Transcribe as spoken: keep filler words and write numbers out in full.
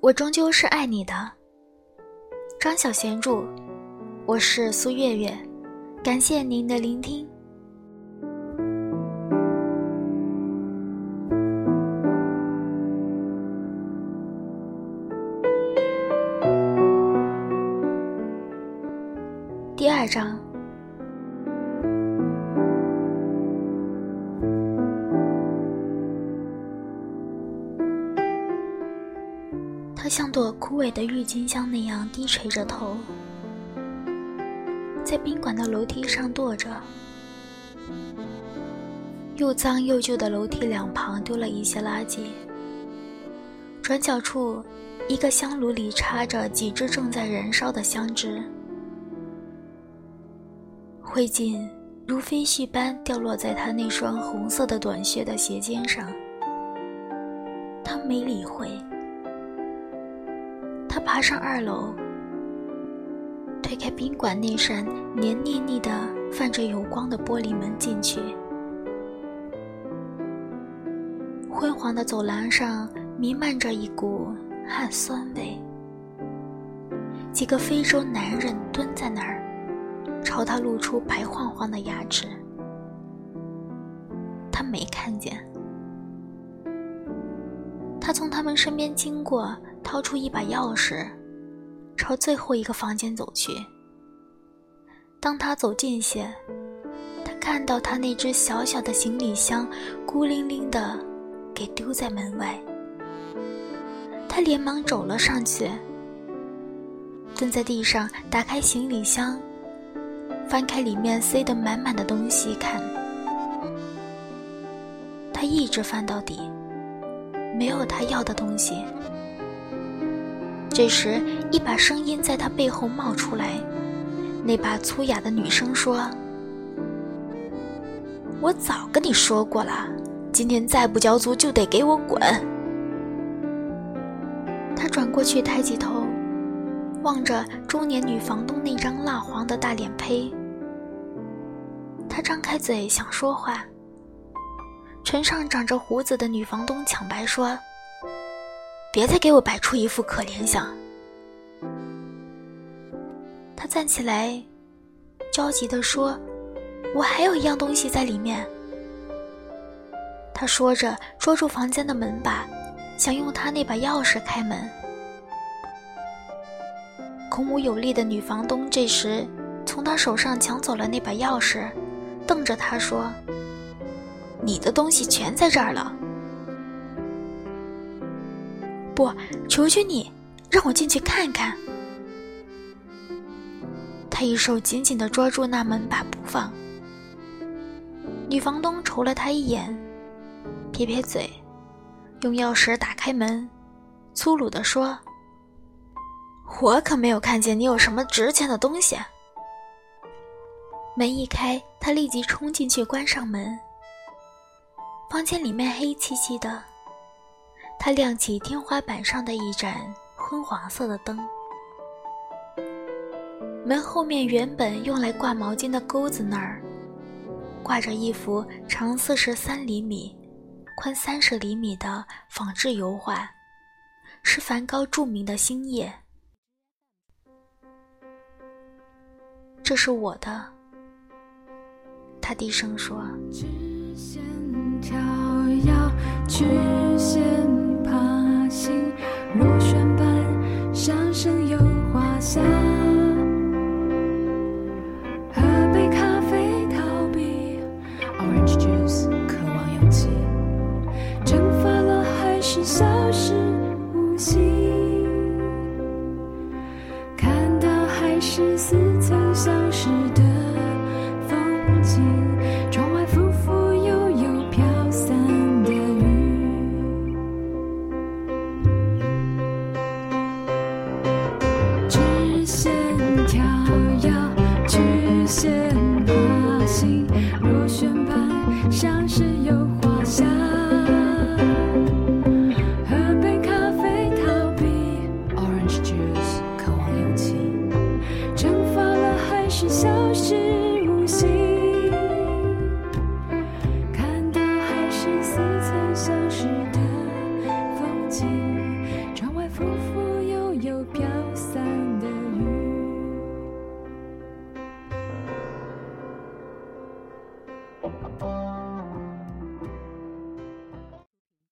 我终究是爱你的。张小娴著，我是苏月月，感谢您的聆听。第二章，他像朵枯萎的郁金香那样低垂着头，在宾馆的楼梯上跺着。又脏又旧的楼梯两旁丢了一些垃圾，转角处一个香炉里插着几支正在燃烧的香枝，灰烬如飞絮般掉落在他那双红色的短靴的鞋尖上。他没理会。他爬上二楼，推开宾馆那扇黏腻腻的泛着油光的玻璃门进去。昏黄的走廊上弥漫着一股汗酸味。几个非洲男人蹲在那儿，朝他露出白晃晃的牙齿。他没看见。他从他们身边经过，掏出一把钥匙，朝最后一个房间走去。当他走近些，他看到他那只小小的行李箱孤零零地给丢在门外。他连忙走了上去，蹲在地上，打开行李箱，翻开里面塞得满满的东西看。他一直翻到底，没有他要的东西。这时一把声音在他背后冒出来，那把粗哑的女声说：我早跟你说过了，今天再不交租就得给我滚。他转过去抬起头，望着中年女房东那张蜡黄的大脸胚。他张开嘴想说话，唇上长着胡子的女房东抢白说：别再给我摆出一副可怜相。他站起来，焦急地说：我还有一样东西在里面。他说着捉住房间的门把，想用他那把钥匙开门。孔武有力的女房东这时从他手上抢走了那把钥匙，瞪着他说：你的东西全在这儿了。不，求求你，让我进去看看。他一手紧紧地抓住那门把不放。女房东瞅了他一眼，撇撇嘴，用钥匙打开门，粗鲁地说：我可没有看见你有什么值钱的东西。门一开，他立即冲进去关上门。房间里面黑漆漆的，他亮起天花板上的一盏昏黄色的灯。门后面原本用来挂毛巾的钩子那儿，挂着一幅长四十三厘米、宽三十厘米的仿制油画，是梵高著名的星夜。这是我的，他低声说。 直线跳跃，曲线爬行，螺旋般上升又滑下。喝杯咖啡逃避 Orange juice 渴望勇气，蒸发了还是消失无息，看到还是似曾相识的风景，窗外浮浮悠悠飘散的雨，直线跳跃，曲线爬行，螺旋般上升又滑下。喝杯咖啡逃避 Orange juice 渴望勇气，蒸发了还是消失无息，看到还是似曾相识的风景，窗外浮浮悠悠飘散的雨。